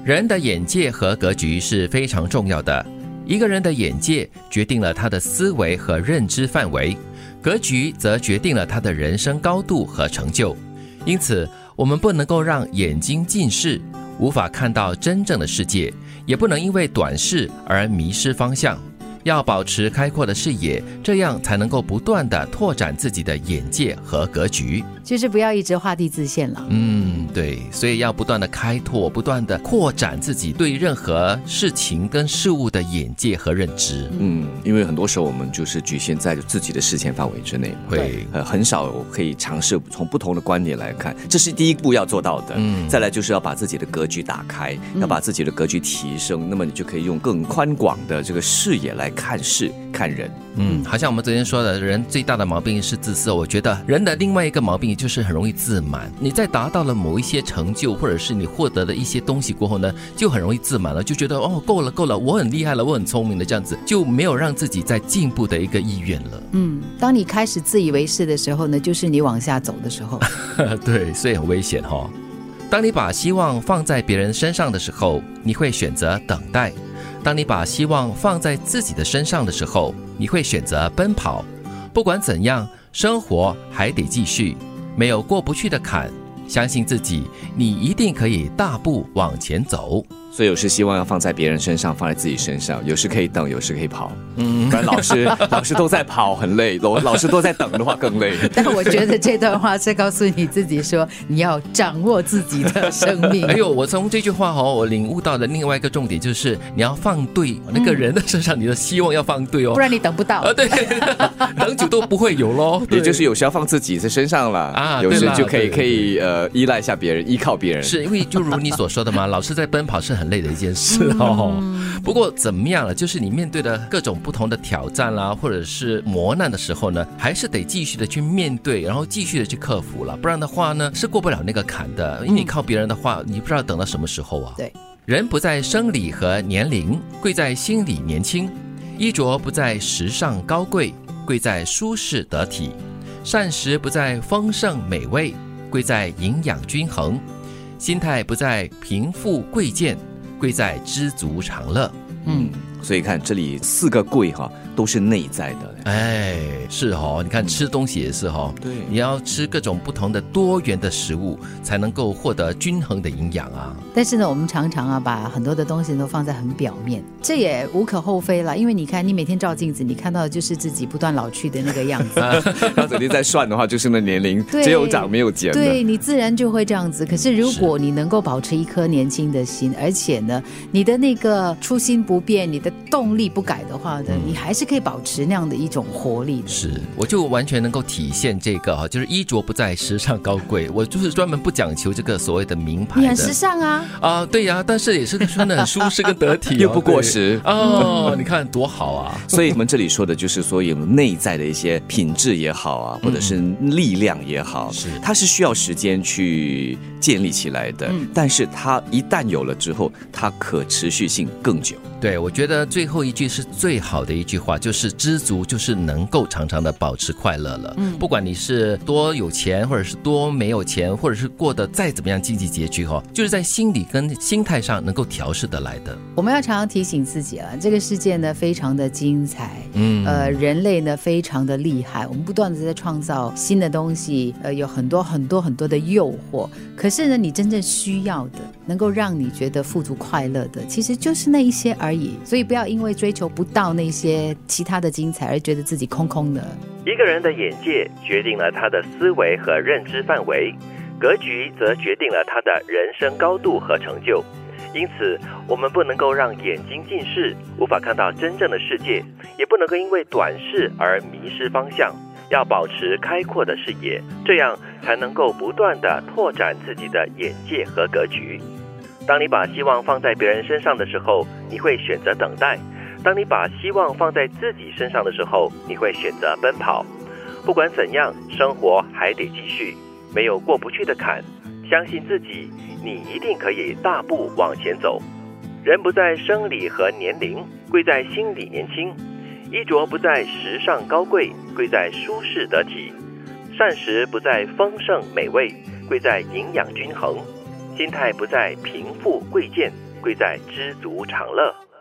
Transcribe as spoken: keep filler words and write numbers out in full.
人的眼界和格局是非常重要的。一个人的眼界决定了他的思维和认知范围，格局则决定了他的人生高度和成就。因此，我们不能够让眼睛近视，无法看到真正的世界，也不能因为短视而迷失方向。要保持开阔的视野，这样才能够不断地拓展自己的眼界和格局。 就是不要一直画地自限了。 嗯，对，所以要不断的开拓，不断的扩展自己对任何事情跟事物的眼界和认知。 嗯，因为很多时候我们就是局限在自己的视线范围之内， 会呃很少可以尝试从不同的观点来看，这是第一步要做到的。 嗯， 再来就是要把自己的格局打开， 嗯、 要把自己的格局提升，那么你就可以用更宽广的这个视野来看事看人。 嗯，好像我们昨天说的，人最大的毛病是自私。我觉得人的另外一个毛病就是很容易自满。你在达到了某一些成就，或者是你获得了一些东西过后呢，就很容易自满了，就觉得哦，够了够了，我很厉害了，我很聪明的，这样子就没有让自己在进步的一个意愿了。 嗯，当你开始自以为是的时候呢，就是你往下走的时候。 对，所以很危险哦。当你把希望放在别人身上的时候，你会选择等待；当你把希望放在自己的身上的时候，你会选择奔跑。不管怎样，生活还得继续，没有过不去的坎，相信自己，你一定可以大步往前走。 所以有时希望要放在别人身上，放在自己身上，有时可以等，有时可以跑。嗯，不然老师老师都在跑，很累；老师都在等的话，更累。 但我觉得这段话是告诉你自己说，你要掌握自己的生命。 哎呦，我从这句话哦，我领悟到的另外一个重点就是，你要放对那个人的身上，嗯、你的希望要放对哦， 不然你等不到。 啊，对，等久都不会有咯。 也就是有时要放自己在身上了啊，有时就可以可以呃依赖一下别人，依靠别人。 是因为就如你所说的嘛，老师在奔跑是很累的一件事哦。嗯、不过怎么样了？就是你面对的各种不同的挑战啦，或者是磨难的时候呢，还是得继续的去面对，然后继续的去克服了。不然的话呢，是过不了那个坎的。因为你靠别人的话，你不知道等到什么时候啊。 对， 人不在生理和年龄，贵在心理年轻；衣着不在时尚高贵，贵在舒适得体；膳食不在丰盛美味，贵在营养均衡；心态不在贫富贵贱，贵在知足常乐。 嗯，所以看这里四个贵哈，都是内在的。 哎，是哦，你看吃东西也是哦， 对， 你要吃各种不同的多元的食物，才能够获得均衡的营养啊。 但是呢，我们常常啊，把很多的东西都放在很表面，这也无可厚非了。因为你看，你每天照镜子，你看到的就是自己不断老去的那个样子。 然后整天在算的话，就是那年龄只有长没有减的。 对，你自然就会这样子。可是如果你能够保持一颗年轻的心，而且呢，你的那个初心不变，你的动力不改的话呢，嗯、你还是可以保持那样的一种活力的。 是，我就完全能够体现这个哈，就是衣着不在时尚高贵，我就是专门不讲求这个所谓的名牌的。 你很时尚啊！ 啊，对呀、啊，但是也是穿得很舒适跟得体、哦， 又不过时哦。你看多好啊！ 所以我们这里说的就是所有内在的一些品质也好啊，或者是力量也好，是、嗯、它是需要时间去建立起来的。嗯、但是它一旦有了之后，它可持续性更久。 对，我觉得最后一句是最好的一句话，就是知足，就是能够常常的保持快乐了。嗯，不管你是多有钱，或者是多没有钱，或者是过得再怎么样经济拮据哈，就是在心理跟心态上能够调试得来的。 我们要常常提醒自己啊，这个世界呢非常的精彩，嗯，呃，人类呢非常的厉害，我们不断的在创造新的东西，呃，有很多很多很多的诱惑。可是呢，你真正需要的，能够让你觉得富足快乐的，其实就是那一些而已。所以不要因为追求不到那些其他的精彩而觉得自己空空的。 一个人的眼界决定了他的思维和认知范围，格局则决定了他的人生高度和成就。因此，我们不能够让眼睛近视，无法看到真正的世界，也不能够因为短视而迷失方向。要保持开阔的视野，这样才能够不断地拓展自己的眼界和格局。当你把希望放在别人身上的时候，你会选择等待；当你把希望放在自己身上的时候，你会选择奔跑。不管怎样，生活还得继续，没有过不去的坎，相信自己，你一定可以大步往前走。人不在生理和年龄，贵在心理年轻；衣着不在时尚高贵，贵在舒适得体；膳食不在丰盛美味，贵在营养均衡；心态不在贫富贵贱，贵贵在知足常乐。